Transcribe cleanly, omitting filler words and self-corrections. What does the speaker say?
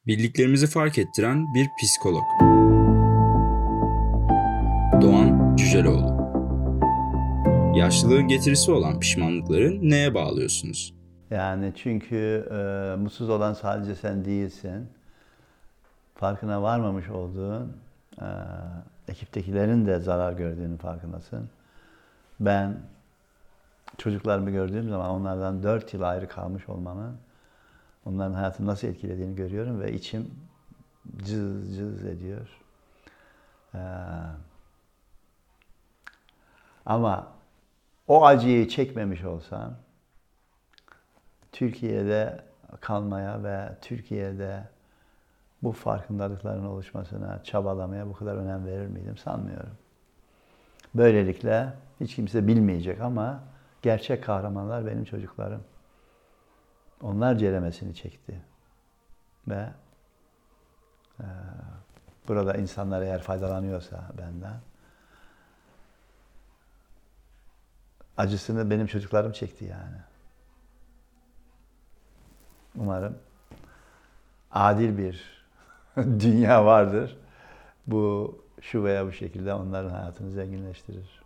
Bildiklerimizi fark ettiren bir psikolog. Doğan Cüceloğlu. Yaşlılığın getirisi olan pişmanlıkları neye bağlıyorsunuz? Yani çünkü mutsuz olan sadece sen değilsin. Farkına varmamış olduğun, ekiptekilerin de zarar gördüğünün farkındasın. Ben çocuklarımı gördüğüm zaman onlardan 4 yıl ayrı kalmış olmanın onların hayatını nasıl etkilediğini görüyorum ve içim cız cız ediyor. Ama o acıyı çekmemiş olsam Türkiye'de kalmaya ve Türkiye'de bu farkındalıkların oluşmasına, çabalamaya bu kadar önem verir miydim sanmıyorum. Böylelikle hiç kimse bilmeyecek ama gerçek kahramanlar benim çocuklarım. Onlar ceremesini çekti. Ve burada insanlar eğer faydalanıyorsa benden, acısını benim çocuklarım çekti yani. Umarım adil bir dünya vardır. Bu şu veya bu şekilde onların hayatını zenginleştirir.